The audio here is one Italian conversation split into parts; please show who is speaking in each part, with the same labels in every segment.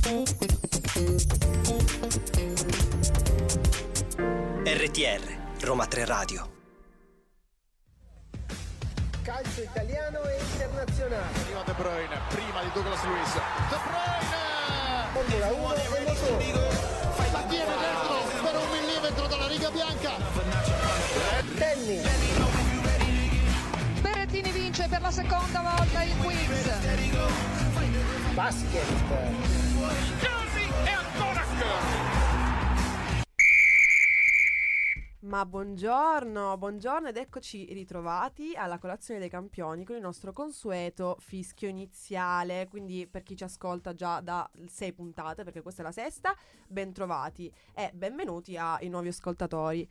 Speaker 1: RTR Roma 3 Radio.
Speaker 2: Calcio italiano e internazionale.
Speaker 3: Arriva De Bruyne, prima di Douglas Luiz. De Bruyne!
Speaker 2: Formula 1 e motori.
Speaker 3: La tiene dentro per 1 millimetro dalla riga bianca.
Speaker 2: Tennis.
Speaker 4: Berrettini vince per la seconda volta il quiz.
Speaker 2: Basket.
Speaker 3: E ancora
Speaker 5: Ma buongiorno ed eccoci ritrovati alla colazione dei campioni con il nostro consueto fischio iniziale. Quindi per chi ci ascolta già da 6 puntate, perché questa è la sesta, ben trovati e benvenuti ai nuovi ascoltatori.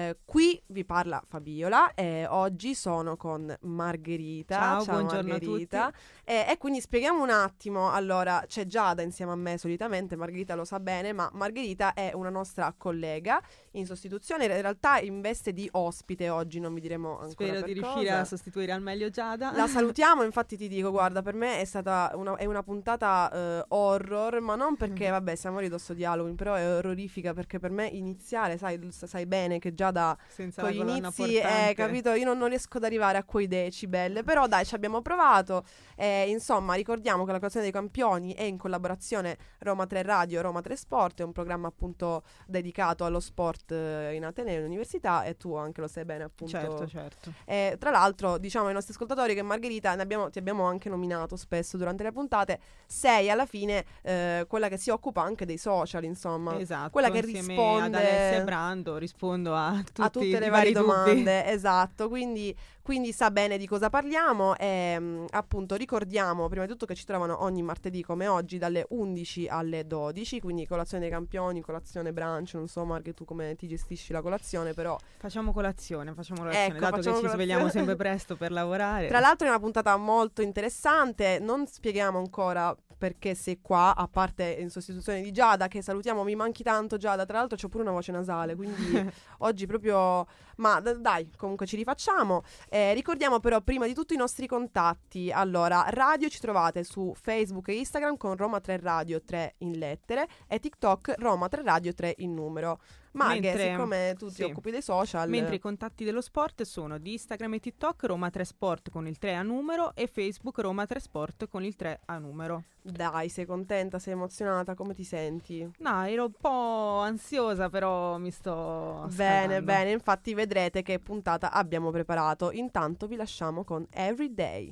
Speaker 5: Qui vi parla Fabiola e oggi sono con Margherita.
Speaker 6: Ciao, buongiorno
Speaker 5: Margherita.
Speaker 6: a tutti.
Speaker 5: E quindi spieghiamo un attimo. Allora, c'è Giada insieme a me solitamente, Margherita lo sa bene, ma Margherita è una nostra collega in sostituzione, in realtà in veste di ospite oggi, non vi diremo ancora.
Speaker 6: Spero di riuscire a sostituire al meglio Giada.
Speaker 5: La salutiamo, infatti ti dico, guarda, per me è stata una puntata horror, ma non perché, vabbè, siamo a ridosso di Halloween, però è orrorifica perché per me iniziare, sai bene che Giada
Speaker 6: senza
Speaker 5: con
Speaker 6: la
Speaker 5: gli
Speaker 6: colonna
Speaker 5: inizi,
Speaker 6: portante.
Speaker 5: capito, io non riesco ad arrivare a quei decibel, però dai, ci abbiamo provato. Insomma, ricordiamo che la colazione dei campioni è in collaborazione Roma 3 Radio, Roma 3 Sport, è un programma appunto dedicato allo sport in Ateneo, in università, e tu anche lo sai bene appunto.
Speaker 6: Certo.
Speaker 5: Tra l'altro diciamo ai nostri ascoltatori che Margherita ti abbiamo anche nominato spesso durante le puntate, sei alla fine quella che si occupa anche dei social, insomma,
Speaker 6: Esatto,
Speaker 5: quella che
Speaker 6: insieme
Speaker 5: risponde
Speaker 6: ad Alessia e Brando rispondo a
Speaker 5: tutte
Speaker 6: i
Speaker 5: le
Speaker 6: vari
Speaker 5: varie domande,
Speaker 6: dubbi.
Speaker 5: esatto, quindi sa bene di cosa parliamo e appunto ricordiamo prima di tutto che ci trovano ogni martedì come oggi dalle 11 alle 12, quindi colazione dei campioni, colazione brunch, non so Marghe tu come ti gestisci la colazione, però
Speaker 6: Facciamo colazione,
Speaker 5: ecco,
Speaker 6: dato che
Speaker 5: facciamo
Speaker 6: ci svegliamo sempre presto per lavorare.
Speaker 5: Tra l'altro è una puntata molto interessante, non spieghiamo ancora perché sei qua, a parte in sostituzione di Giada, che salutiamo, mi manchi tanto Giada, tra l'altro c'ho pure una voce nasale, quindi oggi proprio, ma dai, comunque ci rifacciamo. Ricordiamo però prima di tutto i nostri contatti. Allora, radio ci trovate su Facebook e Instagram con Roma 3 Radio 3 in lettere e TikTok Roma 3 Radio 3 in numero. Maghe, siccome tu ti occupi dei social.
Speaker 6: Mentre i contatti dello sport sono di Instagram e TikTok Roma 3 Sport con il 3 a numero e Facebook Roma 3 Sport con il 3 a numero.
Speaker 5: Dai, sei contenta, sei emozionata, come ti senti?
Speaker 6: No, ero un po' ansiosa, però mi sto
Speaker 5: Bene,
Speaker 6: scaldando.
Speaker 5: bene, infatti vedrete che puntata abbiamo preparato. Intanto vi lasciamo con Everyday.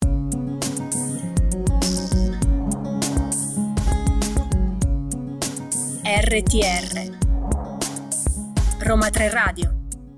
Speaker 7: RTR Roma 3 Radio.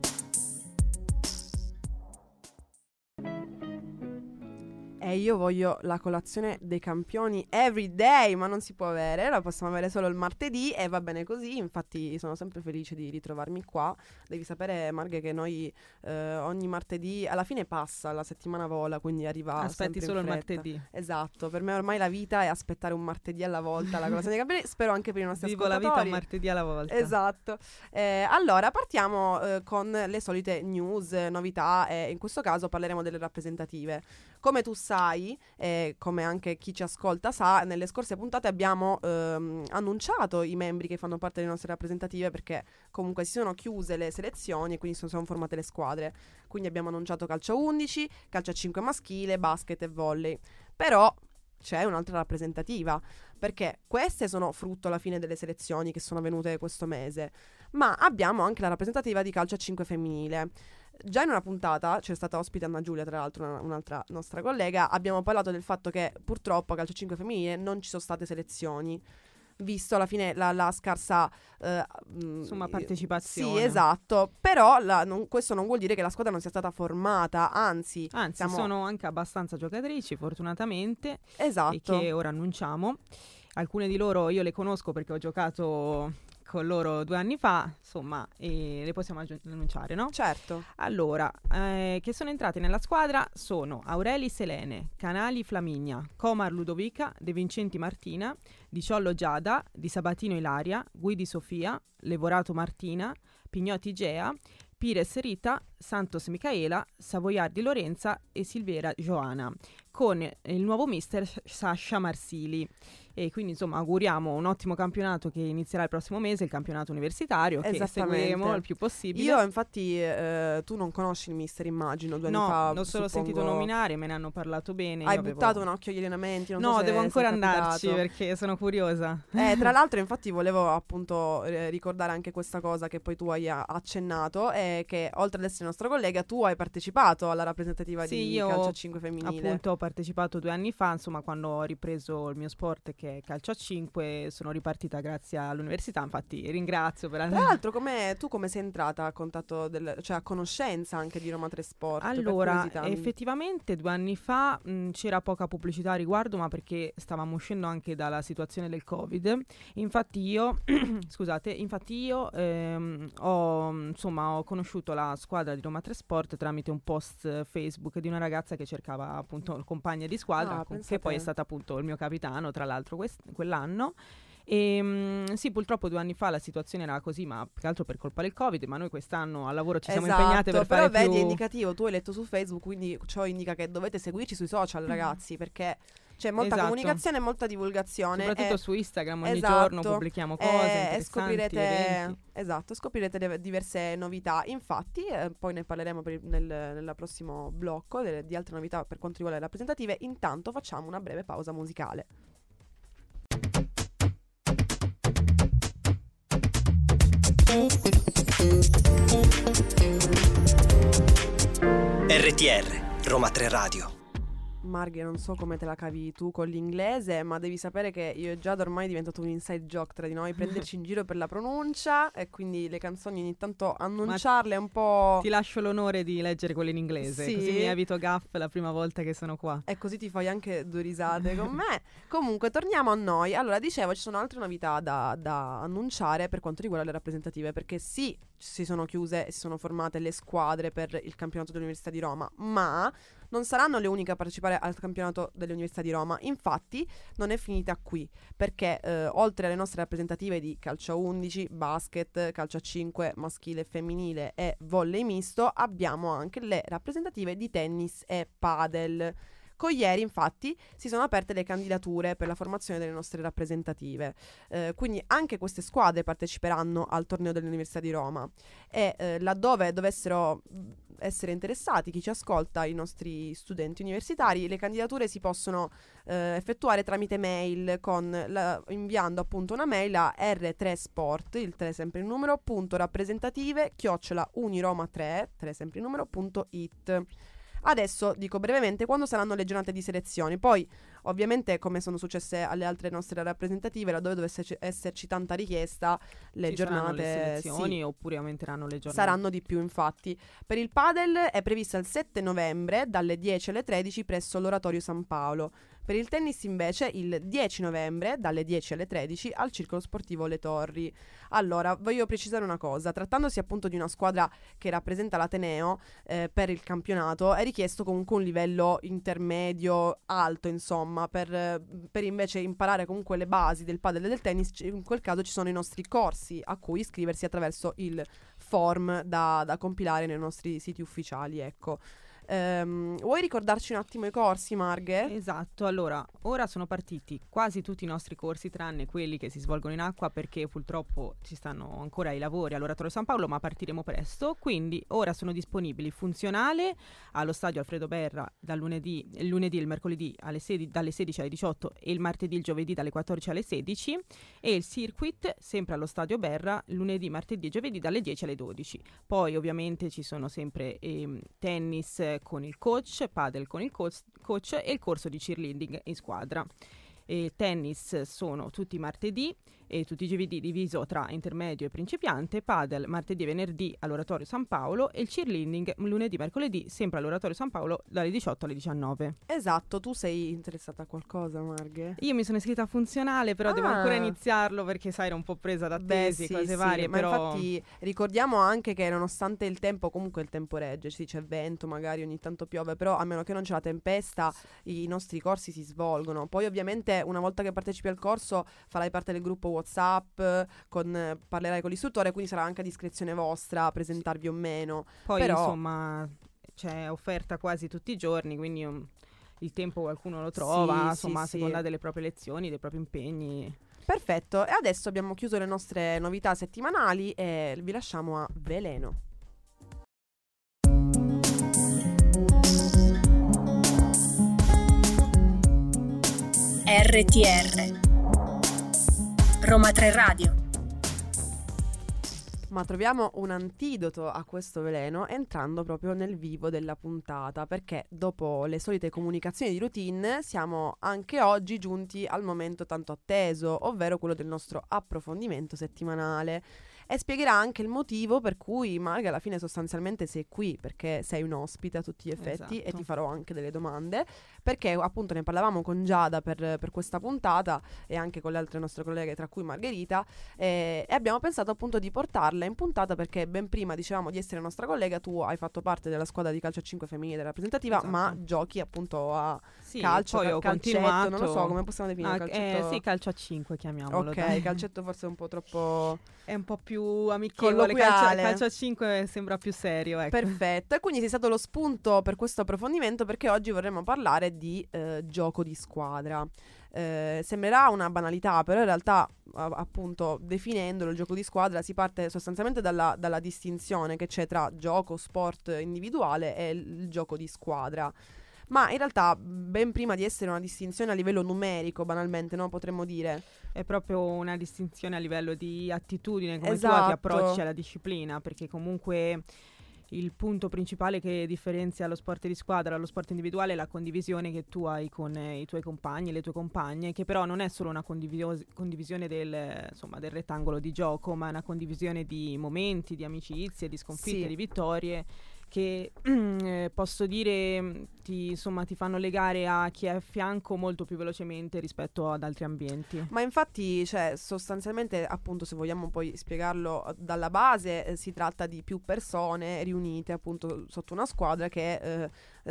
Speaker 5: E io voglio la colazione dei campioni every day, ma non si può avere, la possiamo avere solo il martedì e va bene così. Infatti sono sempre felice di ritrovarmi qua. Devi sapere, Marghe, che noi ogni martedì, alla fine passa, la settimana vola, quindi arriva
Speaker 6: Aspetti
Speaker 5: sempre
Speaker 6: solo
Speaker 5: in
Speaker 6: il
Speaker 5: fretta.
Speaker 6: martedì.
Speaker 5: Esatto, per me ormai la vita è aspettare un martedì alla volta la colazione dei campioni. Spero anche per i nostri
Speaker 6: Vivo la
Speaker 5: ascoltatori.
Speaker 6: vita un martedì alla volta.
Speaker 5: Esatto. Allora partiamo con le solite news, novità, e in questo caso parleremo delle rappresentative. Come tu sai, come anche chi ci ascolta sa, nelle scorse puntate abbiamo annunciato i membri che fanno parte delle nostre rappresentative, perché comunque si sono chiuse le selezioni e quindi sono formate le squadre. Quindi abbiamo annunciato calcio a 11, calcio a 5 maschile, basket e volley. Però c'è un'altra rappresentativa, perché queste sono frutto alla fine delle selezioni che sono avvenute questo mese, ma abbiamo anche la rappresentativa di calcio a 5 femminile. Già in una puntata c'è stata ospite Anna Giulia, tra l'altro un'altra nostra collega, abbiamo parlato del fatto che purtroppo a calcio a 5 femminile non ci sono state selezioni, visto alla fine la scarsa
Speaker 6: insomma partecipazione.
Speaker 5: Sì, esatto, però questo non vuol dire che la squadra non sia stata formata, anzi
Speaker 6: sono anche abbastanza giocatrici fortunatamente,
Speaker 5: esatto,
Speaker 6: e che ora annunciamo. Alcune di loro io le conosco perché ho giocato con loro 2 anni fa, insomma, e le possiamo annunciare, no?
Speaker 5: Certo.
Speaker 6: Allora, che sono entrate nella squadra sono Aureli Selene, Canali Flaminia, Comar Ludovica, De Vincenti Martina, Di Ciollo Giada, Di Sabatino Ilaria, Guidi Sofia, Levorato Martina, Pignotti Gea, Pires Rita, Santos Micaela, Savoiardi Lorenza e Silviera Joana, con il nuovo mister Sasha Marsili. E quindi insomma auguriamo un ottimo campionato che inizierà il prossimo mese, il campionato universitario, che seguiremo il più possibile.
Speaker 5: Io infatti, tu non conosci il mister, immagino, 2 anni fa.
Speaker 6: No, l'ho solo sentito nominare, me ne hanno parlato bene.
Speaker 5: Hai buttato un occhio agli allenamenti? Non
Speaker 6: no,
Speaker 5: so se
Speaker 6: devo ancora andarci
Speaker 5: capitato.
Speaker 6: perché sono curiosa.
Speaker 5: Tra l'altro infatti volevo appunto ricordare anche questa cosa che poi tu hai accennato, è che oltre ad essere nostra collega tu hai partecipato alla rappresentativa di calcio a 5 femminile.
Speaker 6: Appunto ho partecipato 2 anni fa, insomma quando ho ripreso il mio sport che è calcio a 5 sono ripartita grazie all'università, infatti ringrazio per
Speaker 5: Tra l'altro tu come sei entrata a contatto cioè a conoscenza anche di Roma 3 Sport?
Speaker 6: Allora effettivamente 2 anni fa c'era poca pubblicità a riguardo, ma perché stavamo uscendo anche dalla situazione del Covid. Infatti io ho conosciuto la squadra di Roma 3 Sport tramite un post Facebook di una ragazza che cercava appunto compagna di squadra, che poi è stata appunto il mio capitano tra l'altro quell'anno. E sì, purtroppo 2 anni fa la situazione era così, ma più che altro per colpa del Covid, ma noi quest'anno al lavoro ci siamo impegnate per fare
Speaker 5: però vedi,
Speaker 6: più...
Speaker 5: è indicativo, tu hai letto su Facebook, quindi ciò indica che dovete seguirci sui social, ragazzi, perché c'è molta comunicazione e molta divulgazione.
Speaker 6: Soprattutto su Instagram ogni giorno pubblichiamo cose interessanti, eventi.
Speaker 5: Scoprirete diverse novità. Infatti, poi ne parleremo nel prossimo blocco di altre novità per quanto riguarda le rappresentative. Intanto facciamo una breve pausa musicale.
Speaker 1: RTR, Roma 3 Radio.
Speaker 5: Marghe, non so come te la cavi tu con l'inglese, ma devi sapere che io e Giada ormai è diventato un inside joke tra di noi, prenderci in giro per la pronuncia e quindi le canzoni ogni tanto annunciarle un po'.
Speaker 6: Ti lascio l'onore di leggere quelle in inglese, così mi evito gaffe la prima volta che sono qua.
Speaker 5: E così ti fai anche 2 risate con me. Comunque torniamo a noi. Allora, dicevo, ci sono altre novità da annunciare per quanto riguarda le rappresentative, perché sì, si sono chiuse e si sono formate le squadre per il campionato dell'Università di Roma, ma non saranno le uniche a partecipare al campionato dell'Università di Roma. Infatti non è finita qui, perché oltre alle nostre rappresentative di calcio a 11, basket, calcio a 5 maschile e femminile e volley misto, abbiamo anche le rappresentative di tennis e padel. Con ieri infatti si sono aperte le candidature per la formazione delle nostre rappresentative, quindi anche queste squadre parteciperanno al torneo dell'Università di Roma e laddove dovessero essere interessati, chi ci ascolta, i nostri studenti universitari, le candidature si possono effettuare tramite mail inviando appunto una mail a r3sport, il 3 sempre il numero, .rappresentative @uniroma3, 3 sempre il numero.it. Adesso dico brevemente quando saranno le giornate di selezioni. Poi ovviamente, come sono successe alle altre nostre rappresentative, laddove dovesse esserci tanta richiesta, le giornate
Speaker 6: le selezioni oppure aumenteranno le giornate.
Speaker 5: Saranno di più, infatti. Per il padel è prevista il 7 novembre dalle 10 alle 13 presso l'Oratorio San Paolo. Per il tennis invece il 10 novembre dalle 10 alle 13 al Circolo Sportivo Le Torri. Allora, voglio precisare una cosa: trattandosi appunto di una squadra che rappresenta l'Ateneo per il campionato, è richiesto comunque un livello intermedio alto, insomma, per invece imparare comunque le basi del padel e del tennis. In quel caso ci sono i nostri corsi a cui iscriversi attraverso il form da compilare nei nostri siti ufficiali, ecco. Vuoi ricordarci un attimo i corsi, Marghe?
Speaker 6: Esatto, allora ora sono partiti quasi tutti i nostri corsi tranne quelli che si svolgono in acqua, perché purtroppo ci stanno ancora i lavori all'Oratorio San Paolo, ma partiremo presto. Quindi ora sono disponibili funzionale allo stadio Alfredo Berra il lunedì e il mercoledì dalle 16 alle 18 e il martedì e il giovedì dalle 14 alle 16, e il circuit sempre allo stadio Berra lunedì, martedì e giovedì dalle 10 alle 12. Poi ovviamente ci sono sempre tennis con il coach, padel con il coach e il corso di cheerleading in squadra. Tennis sono tutti i martedì e tutti i giovedì diviso tra intermedio e principiante, padel martedì e venerdì all'Oratorio San Paolo e il cheerleading lunedì, mercoledì sempre all'Oratorio San Paolo dalle 18 alle 19.
Speaker 5: Esatto, tu sei interessata a qualcosa, Marghe?
Speaker 6: Io mi sono iscritta a funzionale, però devo ancora iniziarlo perché sai, ero un po' presa da tesi, cose varie,
Speaker 5: ma
Speaker 6: però
Speaker 5: infatti ricordiamo anche che nonostante il tempo, comunque il tempo regge, c'è vento, magari ogni tanto piove, però a meno che non c'è la tempesta i nostri corsi si svolgono. Poi ovviamente una volta che partecipi al corso farai parte del gruppo WhatsApp, parlerai con l'istruttore, quindi sarà anche a discrezione vostra presentarvi o meno.
Speaker 6: Poi
Speaker 5: però
Speaker 6: insomma c'è offerta quasi tutti i giorni, quindi il tempo qualcuno lo trova,
Speaker 5: Sì,
Speaker 6: insomma, a
Speaker 5: sì,
Speaker 6: seconda
Speaker 5: sì.
Speaker 6: delle proprie lezioni, dei propri impegni.
Speaker 5: Perfetto, e adesso abbiamo chiuso le nostre novità settimanali e vi lasciamo a Veleno.
Speaker 7: RTR Roma 3 Radio.
Speaker 5: Ma troviamo un antidoto a questo veleno entrando proprio nel vivo della puntata, perché dopo le solite comunicazioni di routine siamo anche oggi giunti al momento tanto atteso, ovvero quello del nostro approfondimento settimanale. E spiegherà anche il motivo per cui Marga alla fine sostanzialmente sei qui, perché sei un ospite a tutti gli effetti.
Speaker 6: Esatto.
Speaker 5: E ti farò anche delle domande, perché appunto ne parlavamo con Giada per questa puntata e anche con le altre nostre colleghe, tra cui Margherita, e abbiamo pensato appunto di portarla in puntata perché ben prima dicevamo di essere nostra collega, tu hai fatto parte della squadra di calcio a 5 femminile rappresentativa,
Speaker 6: Esatto.
Speaker 5: ma giochi appunto a
Speaker 6: Sì,
Speaker 5: calcio,
Speaker 6: poi ho
Speaker 5: calcetto,
Speaker 6: continuato.
Speaker 5: non lo so come possiamo definire, calcetto.
Speaker 6: Sì, calcio a 5 chiamiamolo.
Speaker 5: Ok,
Speaker 6: dai.
Speaker 5: calcetto forse è un po' troppo
Speaker 6: È un po' più amichevole,
Speaker 5: colloquiale.
Speaker 6: calcio a 5 sembra più serio, ecco.
Speaker 5: Perfetto, e quindi sei stato lo spunto per questo approfondimento, perché oggi vorremmo parlare di gioco di squadra. Sembrerà una banalità, però in realtà appunto definendolo il gioco di squadra si parte sostanzialmente dalla distinzione che c'è tra gioco, sport individuale e il gioco di squadra. Ma in realtà ben prima di essere una distinzione a livello numerico, banalmente, no? Potremmo dire
Speaker 6: È proprio una distinzione a livello di attitudine, come tu ti
Speaker 5: Esatto.
Speaker 6: approcci alla disciplina, perché comunque il punto principale che differenzia lo sport di squadra dallo sport individuale è la condivisione che tu hai con i tuoi compagni, le tue compagne, che però non è solo una condivisione del rettangolo di gioco, ma è una condivisione di momenti, di amicizie, di sconfitte,
Speaker 5: Sì.
Speaker 6: di vittorie, che posso dire ti fanno legare a chi è a fianco molto più velocemente rispetto ad altri ambienti.
Speaker 5: Ma infatti, cioè, sostanzialmente, appunto, se vogliamo poi spiegarlo dalla base, si tratta di più persone riunite appunto sotto una squadra che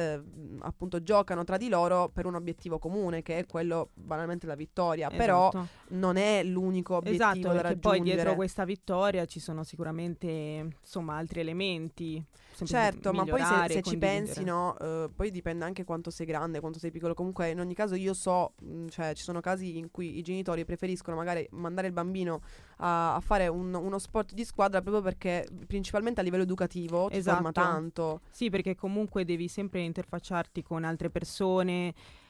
Speaker 5: appunto giocano tra di loro per un obiettivo comune, che è quello banalmente la vittoria. Però
Speaker 6: Esatto.
Speaker 5: non è l'unico obiettivo
Speaker 6: Esatto,
Speaker 5: da
Speaker 6: perché
Speaker 5: raggiungere.
Speaker 6: poi dietro questa vittoria ci sono sicuramente altri elementi.
Speaker 5: Certo, ma poi
Speaker 6: migliorare,
Speaker 5: se ci
Speaker 6: condividere.
Speaker 5: pensi, no, poi dipende anche quanto sei grande, quanto sei piccolo. Comunque, in ogni caso, io so, cioè, ci sono casi in cui i genitori preferiscono magari mandare il bambino a fare uno sport di squadra proprio perché, principalmente a livello educativo, ti forma
Speaker 6: Esatto.
Speaker 5: tanto.
Speaker 6: Sì, perché comunque devi sempre interfacciarti con altre persone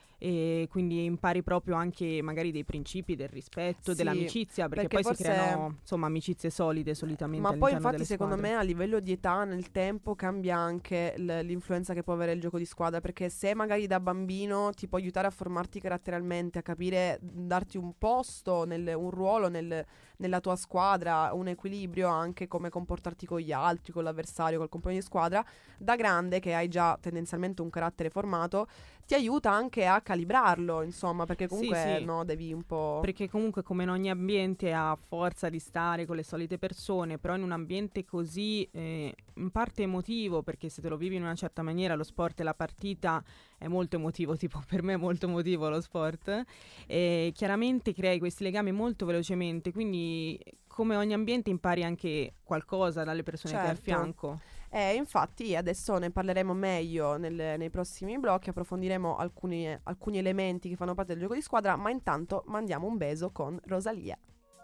Speaker 6: e quindi impari proprio anche magari dei principi del rispetto,
Speaker 5: Sì,
Speaker 6: dell'amicizia, perché
Speaker 5: perché
Speaker 6: poi si
Speaker 5: forse-
Speaker 6: creano amicizie solide solitamente
Speaker 5: Ma poi
Speaker 6: all'interno
Speaker 5: infatti
Speaker 6: delle
Speaker 5: secondo
Speaker 6: squadre.
Speaker 5: me a livello di età nel tempo cambia anche l'influenza che può avere il gioco di squadra, perché se magari da bambino ti può aiutare a formarti caratterialmente, a capire, darti un posto, un ruolo nella tua squadra, un equilibrio anche come comportarti con gli altri, con l'avversario, col compagno di squadra, da grande che hai già tendenzialmente un carattere formato, ti aiuta anche a calibrarlo, insomma, perché comunque
Speaker 6: sì.
Speaker 5: no, devi un po'...
Speaker 6: Perché comunque come in ogni ambiente ha forza di stare con le solite persone, però in un ambiente così in parte emotivo, perché se te lo vivi in una certa maniera lo sport e la partita è molto emotivo, tipo per me è molto emotivo lo sport, e chiaramente crei questi legami molto velocemente, quindi come ogni ambiente impari anche qualcosa dalle persone che hai al
Speaker 5: Certo.
Speaker 6: fianco.
Speaker 5: Infatti adesso ne parleremo meglio nei prossimi blocchi, approfondiremo alcuni elementi che fanno parte del gioco di squadra, ma intanto mandiamo un beso con Rosalia.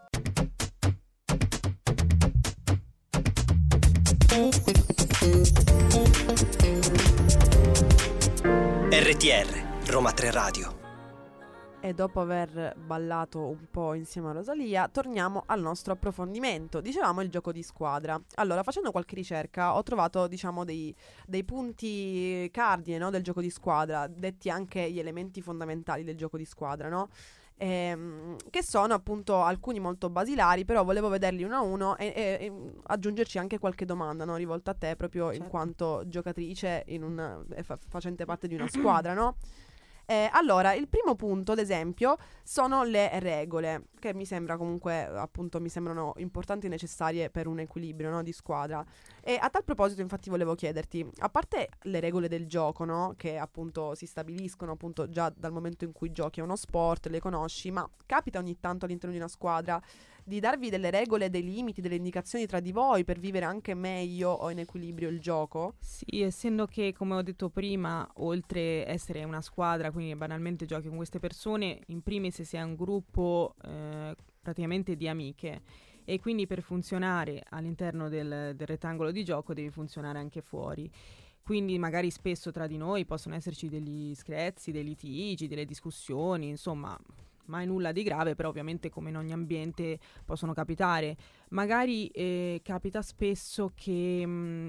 Speaker 1: RTR Roma 3 Radio.
Speaker 5: E dopo aver ballato un po' insieme a Rosalia, torniamo al nostro approfondimento. Dicevamo il gioco di squadra. Allora, facendo qualche ricerca, ho trovato, diciamo, dei punti cardine, no, del gioco di squadra, detti anche gli elementi fondamentali del gioco di squadra, no? Che sono appunto alcuni molto basilari, però volevo vederli uno a uno e aggiungerci anche qualche domanda, no, rivolta a te proprio in
Speaker 6: Certo.
Speaker 5: quanto giocatrice facente parte di una squadra, no? Allora, il primo punto, ad esempio, sono le regole, che mi sembra comunque, appunto, mi sembrano importanti e necessarie per un equilibrio, no, di squadra. E a tal proposito, infatti, volevo chiederti, a parte le regole del gioco, no, che appunto si stabiliscono appunto già dal momento in cui giochi a uno sport, le conosci, ma capita ogni tanto all'interno di una squadra di darvi delle regole, dei limiti, delle indicazioni tra di voi per vivere anche meglio o in equilibrio il gioco?
Speaker 6: Sì, essendo che, come ho detto prima, oltre essere una squadra, quindi banalmente giochi con queste persone, in primis si è un gruppo praticamente di amiche, e quindi per funzionare all'interno del rettangolo di gioco devi funzionare anche fuori. Quindi magari spesso tra di noi possono esserci degli screzi, dei litigi, delle discussioni, insomma, mai nulla di grave, però ovviamente come in ogni ambiente possono capitare. Magari capita spesso che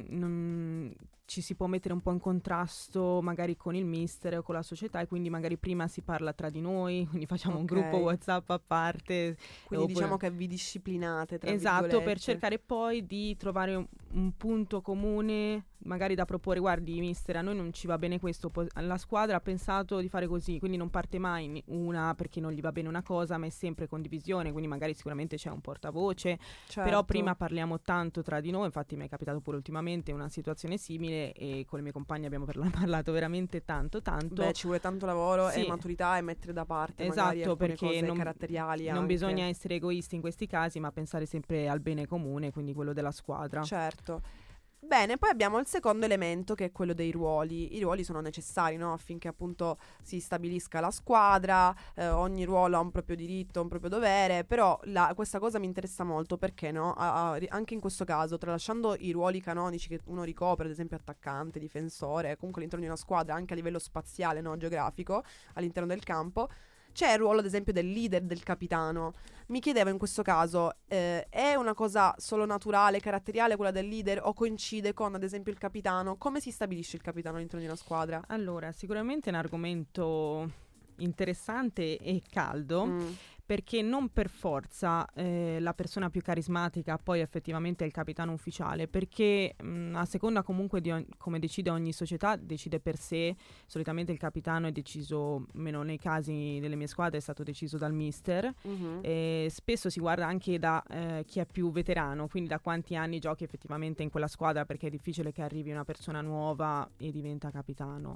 Speaker 6: ci si può mettere un po' in contrasto magari con il mister o con la società, e quindi magari prima si parla tra di noi, quindi facciamo un gruppo WhatsApp a parte.
Speaker 5: Quindi diciamo che vi disciplinate, tra
Speaker 6: esatto,
Speaker 5: virgolette.
Speaker 6: per cercare poi di trovare un punto comune, magari da proporre. Guardi mister, a noi non ci va bene questo, la squadra ha pensato di fare così, quindi non parte mai una perché non gli va bene una cosa, ma è sempre condivisione, quindi magari sicuramente c'è un portavoce, però prima parliamo tanto tra di noi. Infatti mi è capitato pure ultimamente una situazione simile e con le mie compagne abbiamo parlato veramente tanto.
Speaker 5: Beh, ci vuole tanto lavoro
Speaker 6: sì,
Speaker 5: e maturità, e mettere da parte
Speaker 6: esatto,
Speaker 5: magari
Speaker 6: perché
Speaker 5: cose
Speaker 6: non,
Speaker 5: caratteriali
Speaker 6: non
Speaker 5: anche.
Speaker 6: bisogna essere egoisti in questi casi, ma pensare sempre al bene comune, quindi quello della squadra.
Speaker 5: Certo. Bene, poi abbiamo il secondo elemento, che è quello dei ruoli. I ruoli sono necessari, no? Affinché appunto si stabilisca la squadra, ogni ruolo ha un proprio diritto, un proprio dovere, però questa cosa mi interessa molto perché, no? Anche in questo caso, tralasciando i ruoli canonici che uno ricopre, ad esempio attaccante, difensore, comunque all'interno di una squadra, anche a livello spaziale, no? Geografico, all'interno del campo, c'è il ruolo ad esempio del leader, del capitano. Mi chiedevo in questo caso, è una cosa solo naturale, caratteriale quella del leader, o coincide con ad esempio il capitano? Come si stabilisce il capitano all'interno di una squadra?
Speaker 6: Allora, sicuramente è un argomento interessante e caldo, perché non per forza la persona più carismatica poi effettivamente è il capitano ufficiale, perché a seconda comunque di come decide ogni società, decide per sé. Solitamente il capitano è deciso, meno nei casi delle mie squadre, è stato deciso dal mister. Spesso si guarda anche da chi è più veterano, quindi da quanti anni giochi effettivamente in quella squadra, perché è difficile che arrivi una persona nuova e diventa capitano.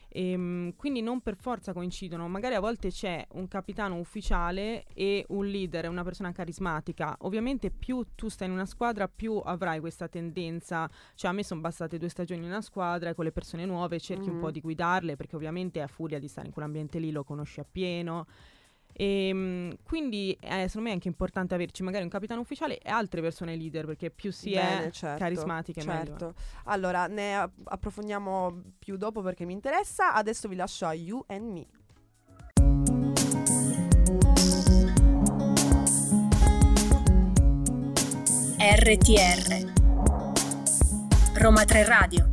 Speaker 6: Quindi non per forza coincidono, magari a volte c'è un capitano ufficiale e un leader, una persona carismatica. Ovviamente più tu stai in una squadra, più avrai questa tendenza. Cioè a me sono bastate 2 stagioni in una squadra e con le persone nuove cerchi un po' di guidarle, perché ovviamente a furia di stare in quell'ambiente lì lo conosci appieno. Quindi secondo me è anche importante averci magari un capitano ufficiale e altre persone leader, perché più si è carismatiche meglio.
Speaker 5: Allora ne approfondiamo più dopo perché mi interessa. Adesso vi lascio a You and Me.
Speaker 7: RTR Roma 3 Radio.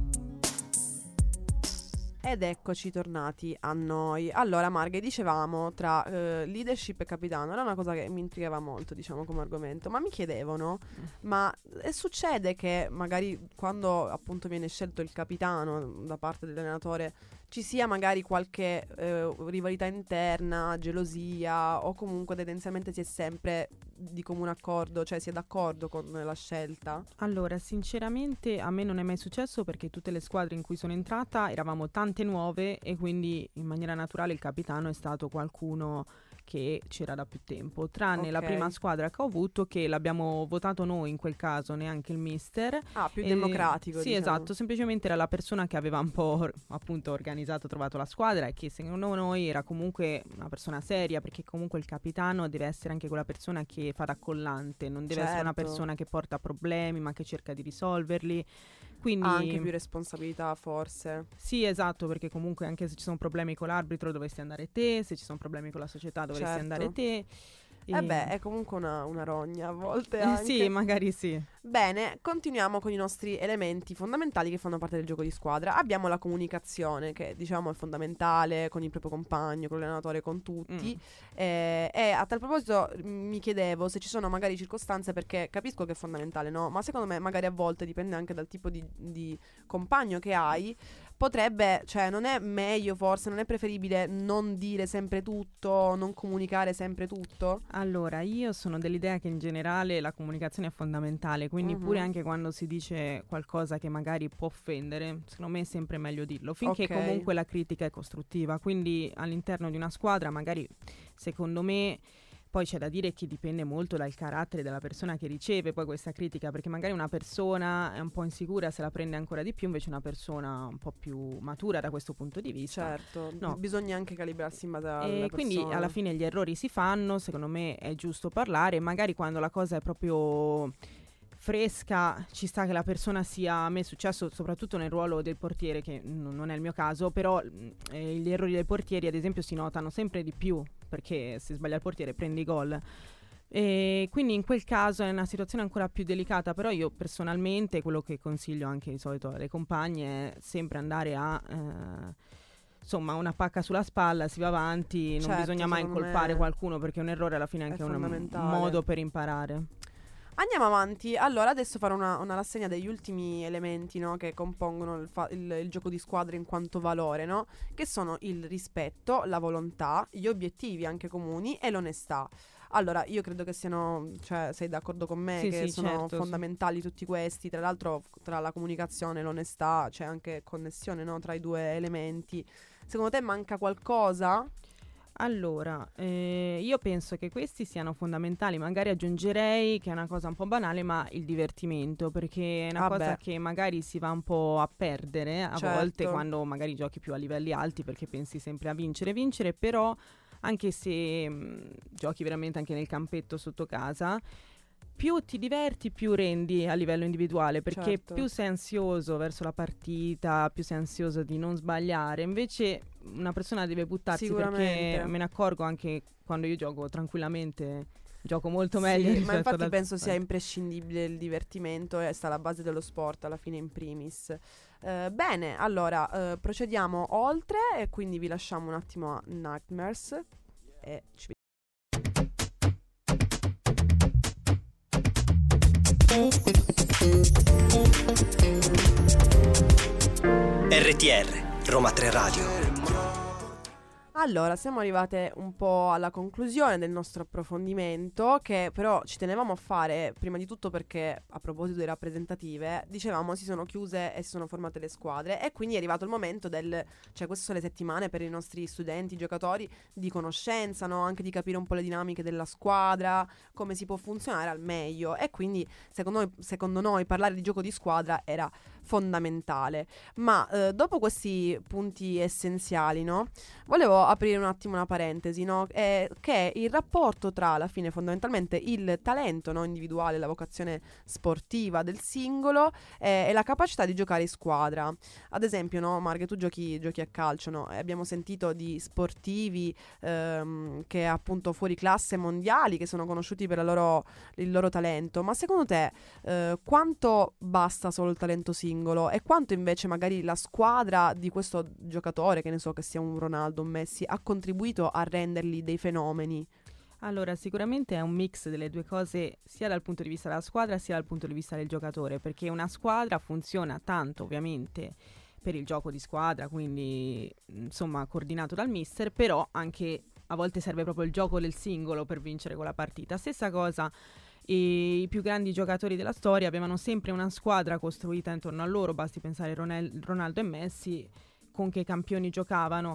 Speaker 5: Ed eccoci tornati a noi. Allora Marghe, dicevamo tra leadership e capitano, era una cosa che mi intrigava molto, diciamo, come argomento, ma mi chiedevano, ma succede che magari quando appunto viene scelto il capitano da parte dell'allenatore ci sia magari qualche rivalità interna, gelosia, o comunque tendenzialmente si è sempre di comune accordo, cioè si è d'accordo con la scelta?
Speaker 6: Allora, sinceramente a me non è mai successo, perché tutte le squadre in cui sono entrata eravamo tante nuove e quindi in maniera naturale il capitano è stato qualcuno che c'era da più tempo, tranne la prima squadra che ho avuto, che l'abbiamo votato noi in quel caso, neanche il mister.
Speaker 5: Più democratico,
Speaker 6: sì,
Speaker 5: diciamo.
Speaker 6: esatto, semplicemente era la persona che aveva un po' appunto organizzato, trovato la squadra, e che secondo noi era comunque una persona seria, perché comunque il capitano deve essere anche quella persona che fa da collante, non deve essere una persona che porta problemi, ma che cerca di risolverli. Quindi
Speaker 5: ha anche più responsabilità, forse.
Speaker 6: Sì, esatto, perché comunque anche se ci sono problemi con l'arbitro dovresti andare te, se ci sono problemi con la società dovresti andare te.
Speaker 5: È comunque una rogna a volte anche.
Speaker 6: Sì, magari sì.
Speaker 5: Bene, continuiamo con i nostri elementi fondamentali che fanno parte del gioco di squadra. Abbiamo la comunicazione, che diciamo è fondamentale con il proprio compagno, con l'allenatore, con tutti. E a tal proposito mi chiedevo se ci sono magari circostanze, perché capisco che è fondamentale, no? Ma secondo me magari a volte dipende anche dal tipo di compagno che hai. Potrebbe, cioè non è meglio, forse non è preferibile non dire sempre tutto, non comunicare sempre tutto?
Speaker 6: Allora, io sono dell'idea che in generale la comunicazione è fondamentale, quindi pure anche quando si dice qualcosa che magari può offendere, secondo me è sempre meglio dirlo, finché comunque la critica è costruttiva. Quindi all'interno di una squadra magari, secondo me, Poi c'è da dire che dipende molto dal carattere della persona che riceve poi questa critica, perché magari una persona è un po' insicura, se la prende ancora di più, invece una persona un po' più matura da questo punto di vista.
Speaker 5: Certo,
Speaker 6: No.
Speaker 5: bisogna anche calibrarsi in base alla
Speaker 6: E quindi
Speaker 5: persona.
Speaker 6: alla fine gli errori si fanno, secondo me è giusto parlare, magari quando la cosa è proprio fresca ci sta che la persona sia, a me è successo soprattutto nel ruolo del portiere, che non è il mio caso, però gli errori dei portieri ad esempio si notano sempre di più, perché se sbaglia il portiere prendi gol. E quindi in quel caso è una situazione ancora più delicata, però io personalmente quello che consiglio anche di solito alle compagne è sempre andare a insomma una pacca sulla spalla, si va avanti, non
Speaker 5: Certo,
Speaker 6: bisogna mai
Speaker 5: secondo
Speaker 6: incolpare
Speaker 5: me
Speaker 6: qualcuno, perché un errore alla fine è anche un
Speaker 5: fondamentale.
Speaker 6: modo per imparare.
Speaker 5: Andiamo avanti. Allora, adesso farò una rassegna degli ultimi elementi, no, che compongono il gioco di squadra in quanto valore, no? Che sono il rispetto, la volontà, gli obiettivi anche comuni e l'onestà. Allora, io credo che siano, cioè, sei d'accordo con me
Speaker 6: Sì,
Speaker 5: che
Speaker 6: sì,
Speaker 5: sono
Speaker 6: certo,
Speaker 5: fondamentali tutti questi. Tra l'altro, tra la comunicazione e l'onestà c'è anche connessione, no, tra i due elementi. Secondo te manca qualcosa?
Speaker 6: Allora, io penso che questi siano fondamentali, magari aggiungerei che è una cosa un po' banale, ma il divertimento, perché è una cosa che magari si va un po' a perdere a volte quando magari giochi più a livelli alti, perché pensi sempre a vincere, però anche se giochi veramente anche nel campetto sotto casa, più ti diverti, più rendi a livello individuale, perché più sei ansioso verso la partita, più sei ansioso di non sbagliare. Invece una persona deve buttarsi, perché me ne accorgo anche quando io gioco tranquillamente, gioco molto meglio.
Speaker 5: Ma infatti penso sia imprescindibile il divertimento, e sta alla base dello sport alla fine in primis. Bene, allora procediamo oltre e quindi vi lasciamo un attimo a Nightmares e ci vediamo.
Speaker 1: RTR Roma 3 Radio.
Speaker 5: Allora, siamo arrivate un po' alla conclusione del nostro approfondimento, che però ci tenevamo a fare prima di tutto perché, a proposito di rappresentative, dicevamo si sono chiuse e si sono formate le squadre, e quindi è arrivato il momento cioè queste sono le settimane per i nostri studenti, giocatori, di conoscenza, no? Anche di capire un po' le dinamiche della squadra, come si può funzionare al meglio, e quindi secondo noi parlare di gioco di squadra era fondamentale. Ma dopo questi punti essenziali, no? Volevo aprire un attimo una parentesi, no? Che è il rapporto tra, alla fine, fondamentalmente il talento, no, individuale, la vocazione sportiva del singolo e la capacità di giocare in squadra. Ad esempio, no, Marghe, tu giochi a calcio, no? E abbiamo sentito di sportivi che appunto fuori classe mondiali, che sono conosciuti per il loro talento. Ma secondo te quanto basta solo il talento singolo e quanto invece magari la squadra di questo giocatore, che ne so, che sia un Ronaldo, un Messi, ha contribuito a renderli dei fenomeni?
Speaker 6: Allora, sicuramente è un mix delle due cose, sia dal punto di vista della squadra sia dal punto di vista del giocatore, perché una squadra funziona tanto ovviamente per il gioco di squadra, quindi insomma coordinato dal mister, però anche a volte serve proprio il gioco del singolo per vincere quella partita. Stessa cosa, i più grandi giocatori della storia avevano sempre una squadra costruita intorno a loro, basti pensare a Ronaldo e Messi, con che campioni giocavano.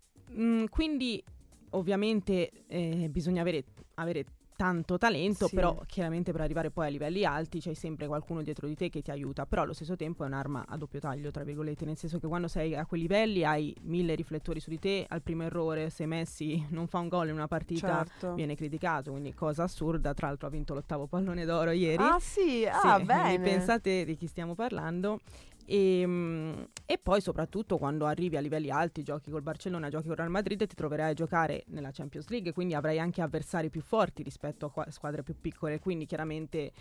Speaker 6: Quindi ovviamente bisogna avere tanto talento,
Speaker 5: sì.
Speaker 6: Però chiaramente per arrivare poi a livelli alti c'hai sempre qualcuno dietro di te che ti aiuta, però allo stesso tempo è un'arma a doppio taglio, tra virgolette, nel senso che quando sei a quei livelli hai 1000 riflettori su di te. Al primo errore, se Messi non fa un gol in una partita, viene criticato, quindi cosa assurda. Tra l'altro ha vinto l'8º pallone d'oro ieri.
Speaker 5: Ah sì, bene.
Speaker 6: Quindi pensate di chi stiamo parlando. E poi soprattutto quando arrivi a livelli alti, giochi col Barcellona, giochi col Real Madrid, ti troverai a giocare nella Champions League, quindi avrai anche avversari più forti rispetto a squadre più piccole, quindi chiaramente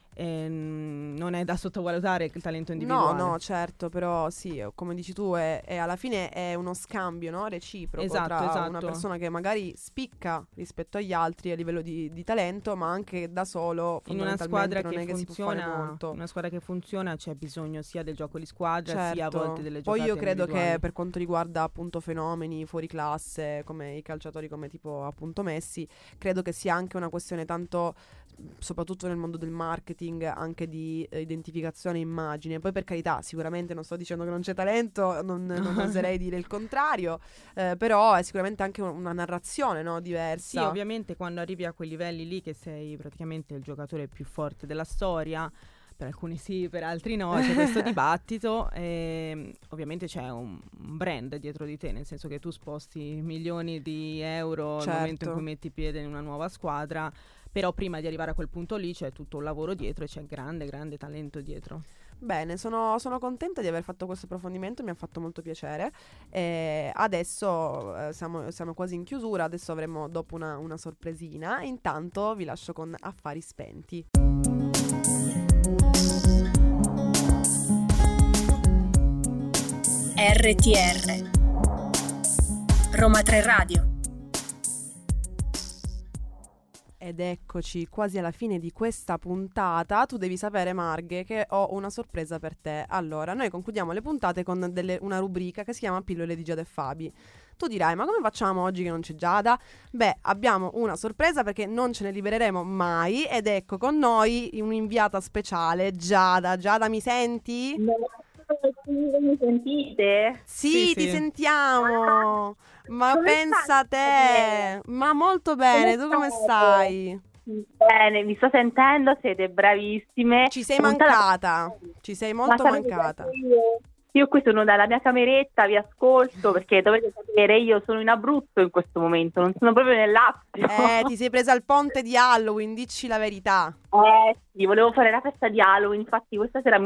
Speaker 6: non è da sottovalutare il talento individuale.
Speaker 5: No, certo, però sì, come dici tu, è alla fine è uno scambio, no? Reciproco, tra una persona che magari spicca rispetto agli altri a livello di talento, ma anche da solo,
Speaker 6: in una squadra
Speaker 5: non
Speaker 6: che
Speaker 5: è che si può fare molto.
Speaker 6: Una squadra che funziona c'è bisogno sia del gioco di squadra, sia a volte delle
Speaker 5: Poi
Speaker 6: giocate
Speaker 5: io credo
Speaker 6: individuali.
Speaker 5: che per quanto riguarda appunto fenomeni fuori classe come i calciatori, come tipo appunto Messi, credo che sia anche una questione tanto soprattutto nel mondo del marketing, anche di identificazione immagine. Poi per carità, sicuramente non sto dicendo che non c'è talento, non oserei dire il contrario, però è sicuramente anche una narrazione, no, diversa.
Speaker 6: Sì, ovviamente quando arrivi a quei livelli lì che sei praticamente il giocatore più forte della storia, per alcuni sì, per altri no, c'è questo dibattito, ovviamente c'è un brand dietro di te, nel senso che tu sposti milioni di euro nel momento in cui metti piede in una nuova squadra, però prima di arrivare a quel punto lì c'è tutto un lavoro dietro e c'è grande talento dietro.
Speaker 5: Bene, sono contenta di aver fatto questo approfondimento, mi ha fatto molto piacere. Adesso siamo quasi in chiusura, adesso avremo dopo una sorpresina. Intanto vi lascio con Affari Spenti.
Speaker 7: RTR Roma 3 Radio.
Speaker 5: Ed eccoci quasi alla fine di questa puntata. Tu devi sapere, Marghe, che ho una sorpresa per te. Allora, noi concludiamo le puntate con una rubrica che si chiama Pillole di Giada e Fabi. Tu dirai, ma come facciamo oggi che non c'è Giada? Beh, abbiamo una sorpresa perché non ce ne libereremo mai. Ed ecco con noi un'inviata speciale, Giada. Giada, mi senti?
Speaker 8: Mi sentite?
Speaker 5: Sì, ti sentiamo. Ma pensa a te. Ma molto bene, tu come stai?
Speaker 8: Bene, vi sto sentendo, siete bravissime.
Speaker 5: Ci sei mancata. Ci sei molto mancata.
Speaker 8: Io qui sono dalla mia cameretta, vi ascolto perché dovete sapere, io sono in Abruzzo in questo momento, non sono proprio nel Lazio.
Speaker 5: Ti sei presa il ponte di Halloween, dici la verità.
Speaker 8: Sì, volevo fare la festa di Halloween, infatti questa sera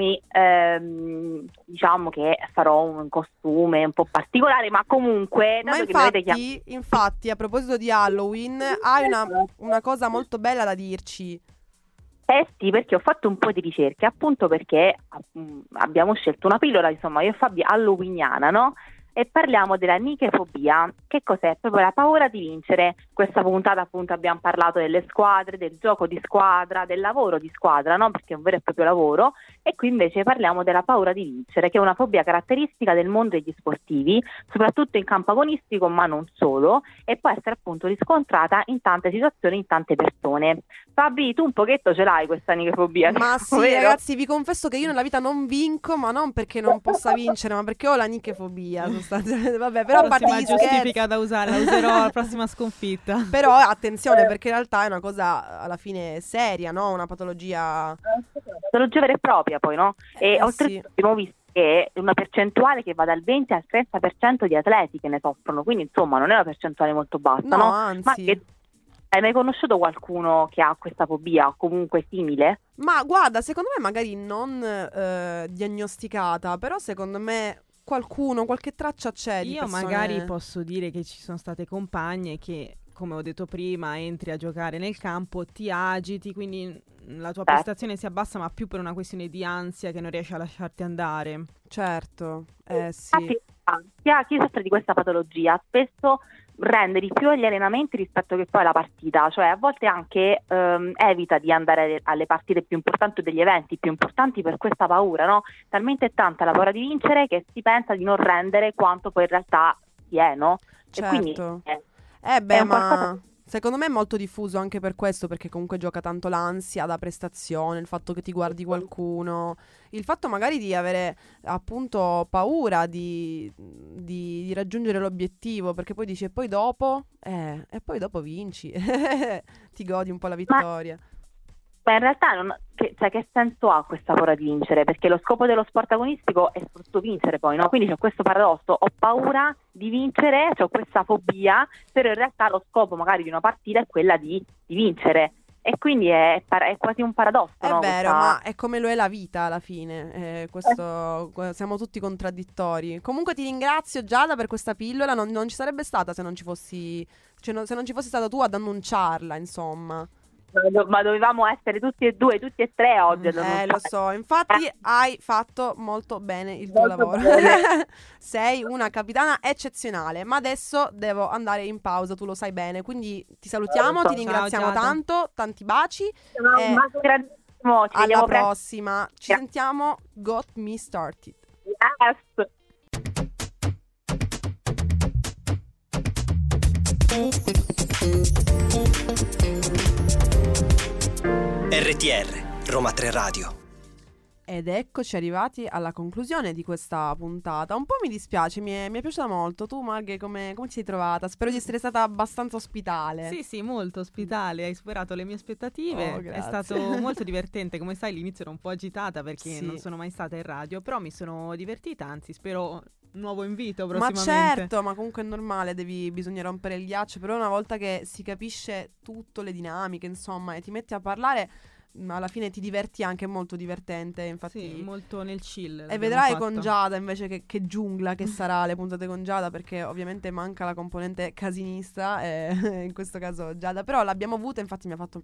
Speaker 8: diciamo che farò un costume un po' particolare, ma comunque...
Speaker 5: Ma infatti, a proposito di Halloween, hai una cosa molto bella da dirci.
Speaker 8: Sì, perché ho fatto un po' di ricerche, appunto perché abbiamo scelto una pillola, insomma, io e Fabi halloweeniana, no? E parliamo della nichefobia. Che cos'è? Proprio la paura di vincere. Questa puntata appunto abbiamo parlato delle squadre, del gioco di squadra, del lavoro di squadra, no? Perché è un vero e proprio lavoro. E qui invece parliamo della paura di vincere, che è una fobia caratteristica del mondo degli sportivi, soprattutto in campo agonistico, ma non solo, e può essere appunto riscontrata in tante situazioni, in tante persone. Fabi, tu un pochetto ce l'hai questa nichefobia?
Speaker 5: Ma sì,
Speaker 8: vero?
Speaker 5: Ragazzi, vi confesso che io nella vita non vinco, ma non perché non possa vincere, ma perché ho la nichefobia. Vabbè, però a parte gli scherzi,
Speaker 6: giustifica da usare, la userò alla prossima sconfitta.
Speaker 5: Però attenzione, perché in realtà è una cosa alla fine seria, no? Una patologia
Speaker 8: vera e propria, poi, no? E oltretutto
Speaker 5: sì.
Speaker 8: abbiamo visto che è una percentuale che va dal 20 al 30% di atleti che ne soffrono, quindi insomma non è una percentuale molto bassa,
Speaker 5: no?
Speaker 8: No,
Speaker 5: Anzi.
Speaker 8: Ma hai mai conosciuto qualcuno che ha questa fobia o comunque simile?
Speaker 5: Ma guarda, secondo me magari non diagnosticata, però secondo me qualche traccia c'è di
Speaker 6: Io
Speaker 5: persone...
Speaker 6: magari posso dire che ci sono state compagne che, come ho detto prima, entri a giocare nel campo, ti agiti, quindi la tua prestazione si abbassa, ma più per una questione di ansia che non riesci a lasciarti andare.
Speaker 5: Certo, sì.
Speaker 8: Chi soffre di questa patologia spesso rende di più agli allenamenti rispetto che poi alla partita, cioè a volte anche evita di andare alle partite più importanti, degli eventi più importanti, per questa paura, no? Talmente è tanta la paura di vincere che si pensa di non rendere quanto poi in realtà si è, no?
Speaker 5: Certo.
Speaker 8: E quindi
Speaker 5: ma secondo me è molto diffuso anche per questo, perché comunque gioca tanto l'ansia da prestazione, il fatto che ti guardi qualcuno, il fatto magari di avere appunto paura di raggiungere l'obiettivo, perché poi dici e poi dopo vinci, ti godi un po' la vittoria.
Speaker 8: Ma in realtà che senso ha questa paura di vincere? Perché lo scopo dello sport agonistico è soprattutto vincere, poi, no? Quindi c'è questo paradosso: ho paura di vincere, ho questa fobia, però in realtà lo scopo magari di una partita è quella di vincere. E quindi è quasi un paradosso.
Speaker 5: È
Speaker 8: no?
Speaker 5: vero, ma è come lo è la vita alla fine. Siamo tutti contraddittori. Comunque ti ringrazio, Giada, per questa pillola. Non ci sarebbe stata se non ci fossi stata tu ad annunciarla, insomma.
Speaker 8: Ma dovevamo essere tutti e tre oggi.
Speaker 5: Lo so, infatti hai fatto molto bene il tuo lavoro. Sei una capitana eccezionale. Ma adesso devo andare in pausa, tu lo sai bene. Quindi ti salutiamo, ti ringraziamo tanto. Tanti baci. Alla prossima. Ci sentiamo. Got Me Started.
Speaker 8: Yes.
Speaker 1: RTR, Roma 3 Radio.
Speaker 5: Ed eccoci arrivati alla conclusione di questa puntata. Un po' mi dispiace, mi è piaciuta molto. Tu, Marghe, come ti sei trovata? Spero di essere stata abbastanza ospitale.
Speaker 6: Sì, molto ospitale, hai superato le mie aspettative.
Speaker 5: Oh,
Speaker 6: è
Speaker 5: grazie.
Speaker 6: stato molto divertente. Come sai, l'inizio ero un po' agitata perché
Speaker 5: Sì.
Speaker 6: non sono mai stata in radio, però mi sono divertita, anzi spero un nuovo invito
Speaker 5: Ma
Speaker 6: prossimamente.
Speaker 5: certo, ma comunque è normale, bisogna rompere il ghiaccio. Però una volta che si capisce tutto, le dinamiche, insomma, e ti metti a parlare, alla fine ti diverti, anche, è molto divertente, infatti.
Speaker 6: Sì, molto nel chill.
Speaker 5: E vedrai con Giada invece che giungla che sarà le puntate con Giada, perché ovviamente manca la componente casinista, in questo caso Giada, però l'abbiamo avuta, infatti mi ha fatto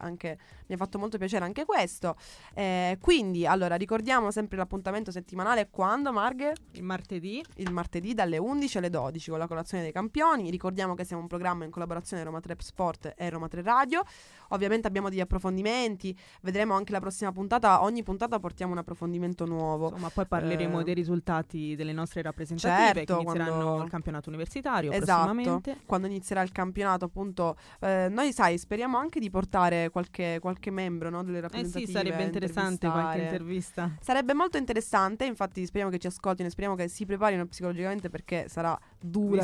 Speaker 5: molto piacere anche questo. Quindi allora ricordiamo sempre l'appuntamento settimanale quando, Marghe?
Speaker 6: Il martedì
Speaker 5: dalle 11 alle 12 con la colazione dei campioni. Ricordiamo che siamo un programma in collaborazione Roma 3 Sport e Roma 3 Radio. Ovviamente abbiamo degli approfondimenti, vedremo anche la prossima puntata. Ogni puntata portiamo un approfondimento nuovo.
Speaker 6: Insomma, poi parleremo dei risultati delle nostre rappresentative,
Speaker 5: certo,
Speaker 6: che inizieranno il campionato universitario
Speaker 5: esatto,
Speaker 6: prossimamente.
Speaker 5: Quando inizierà il campionato, appunto, noi speriamo anche di portare qualche membro, no, delle rappresentative.
Speaker 6: Sì, sarebbe interessante qualche intervista.
Speaker 5: Sarebbe molto interessante, infatti speriamo che ci ascoltino e speriamo che si preparino psicologicamente, perché sarà dura.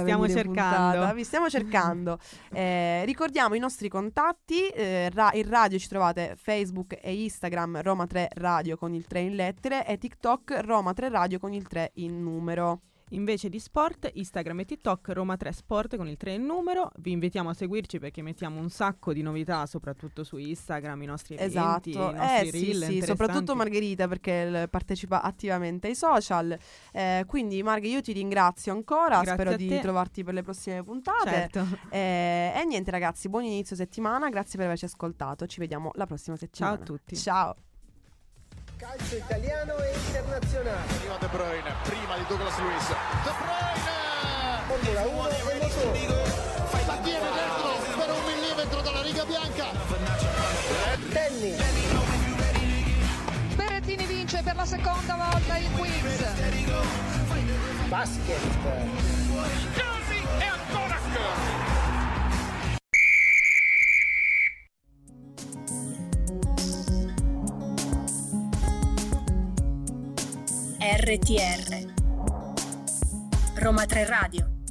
Speaker 5: Vi stiamo cercando. Ricordiamo i nostri contatti. In radio ci trovate Facebook e Instagram Roma 3 Radio con il 3 in lettere e TikTok Roma 3 Radio con il 3 in numero.
Speaker 6: Invece di sport, Instagram e TikTok Roma 3 Sport con il 3 in numero. Vi invitiamo a seguirci perché mettiamo un sacco di novità, soprattutto su Instagram, i nostri eventi, i nostri reel.
Speaker 5: Sì, soprattutto Margherita, perché partecipa attivamente ai social. Quindi Marghe, io ti ringrazio ancora.
Speaker 6: Grazie,
Speaker 5: spero
Speaker 6: a
Speaker 5: di
Speaker 6: te.
Speaker 5: trovarti per le prossime puntate.
Speaker 6: Certo.
Speaker 5: E niente ragazzi, buon inizio settimana, grazie per averci ascoltato. Ci vediamo la prossima settimana.
Speaker 6: Ciao a tutti.
Speaker 5: Ciao.
Speaker 2: Calcio italiano e internazionale.
Speaker 3: Arriva De Bruyne, prima di Douglas Luiz. De Bruyne!
Speaker 2: Formula 1 e motori.
Speaker 3: La tiene dentro per 1 millimetro dalla riga bianca.
Speaker 2: Tennis.
Speaker 4: Berrettini vince per la seconda volta il quiz.
Speaker 2: Basket.
Speaker 3: Casi e ancora
Speaker 7: RTR Roma 3 Radio.